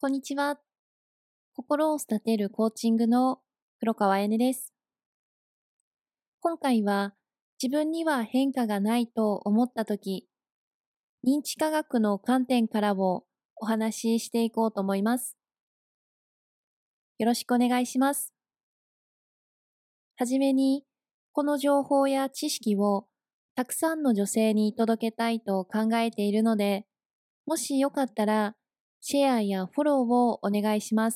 こんにちは。心を育てるコーチングの黒川彩音です。今回は自分には変化がないと思ったとき、認知科学の観点からをお話ししていこうと思います。よろしくお願いします。はじめに、この情報や知識をたくさんの女性に届けたいと考えているので、もしよかったらシェアやフォローをお願いします。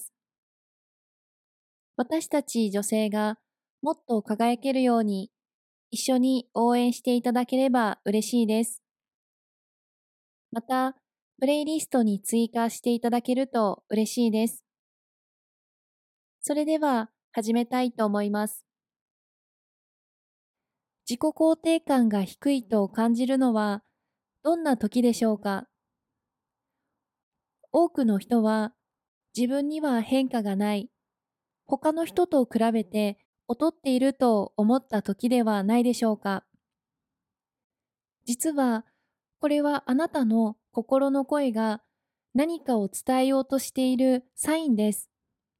私たち女性がもっと輝けるように一緒に応援していただければ嬉しいです。また、プレイリストに追加していただけると嬉しいです。それでは始めたいと思います。自己肯定感が低いと感じるのはどんな時でしょうか？多くの人は自分には変化がない、他の人と比べて劣っていると思った時ではないでしょうか？実は、これはあなたの心の声が何かを伝えようとしているサインです。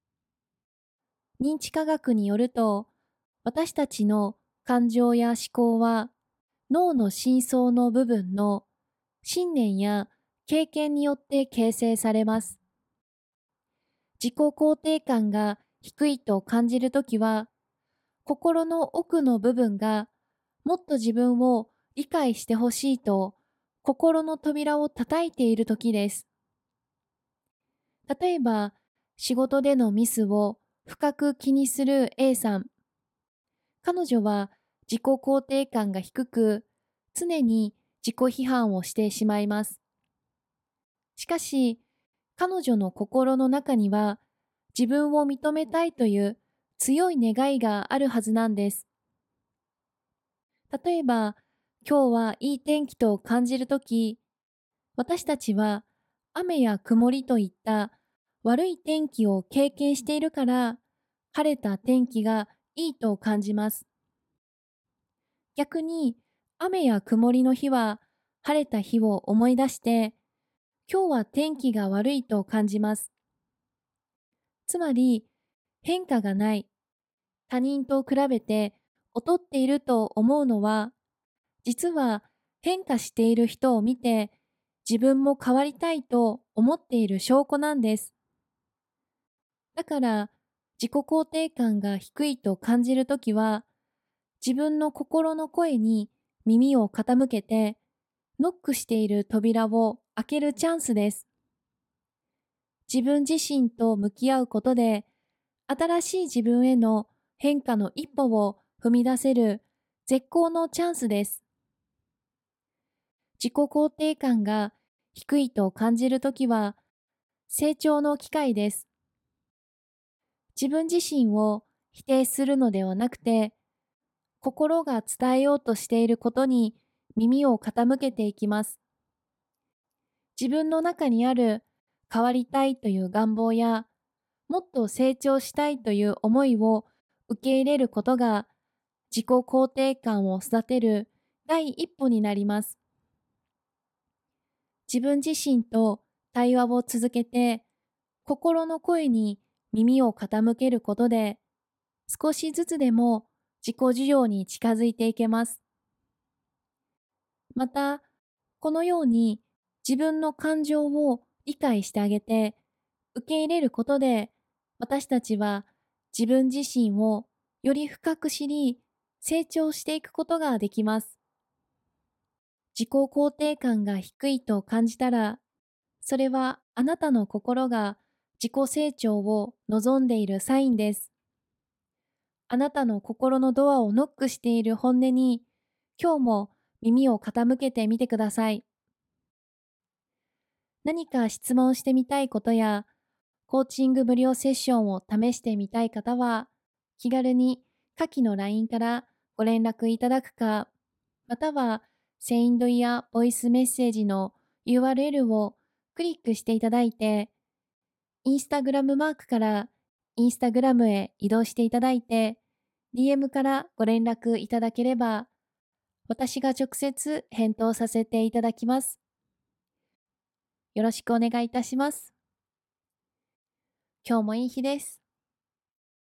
認知科学によると、私たちの感情や思考は脳の深層の部分の信念や経験によって形成されます。自己肯定感が低いと感じるときは、心の奥の部分がもっと自分を理解してほしいと心の扉を叩いているときです。例えば、仕事でのミスを深く気にする A さん。彼女は自己肯定感が低く、常に自己批判をしてしまいます。しかし、彼女の心の中には自分を認めたいという強い願いがあるはずなんです。例えば、今日はいい天気と感じるとき、私たちは雨や曇りといった悪い天気を経験しているから、晴れた天気がいいと感じます。逆に、雨や曇りの日は晴れた日を思い出して、今日は天気が悪いと感じます。つまり、変化がない、他人と比べて劣っていると思うのは、実は変化している人を見て、自分も変わりたいと思っている証拠なんです。だから、自己肯定感が低いと感じるときは、自分の心の声に耳を傾けて、ノックしている扉を開けるチャンスです。自分自身と向き合うことで、新しい自分への変化の一歩を踏み出せる絶好のチャンスです。自己肯定感が低いと感じるときは、成長の機会です。自分自身を否定するのではなくて、心が伝えようとしていることに耳を傾けていきます。自分の中にある変わりたいという願望や、もっと成長したいという思いを受け入れることが自己肯定感を育てる第一歩になります。自分自身と対話を続けて、心の声に耳を傾けることで、少しずつでも自己需要に近づいていけます。また、このように自分の感情を理解してあげて、受け入れることで、私たちは自分自身をより深く知り、成長していくことができます。自己肯定感が低いと感じたら、それはあなたの心が自己成長を望んでいるサインです。あなたの心のドアをノックしている本音に、今日も耳を傾けてみてください。何か質問してみたいことや、コーチング無料セッションを試してみたい方は、気軽に下記の LINE からご連絡いただくか、またはセインドやボイスメッセージの URL をクリックしていただいて、インスタグラムマークからインスタグラムへ移動していただいて、DM からご連絡いただければ、私が直接返答させていただきます。よろしくお願いいたします。 今日もいい日です。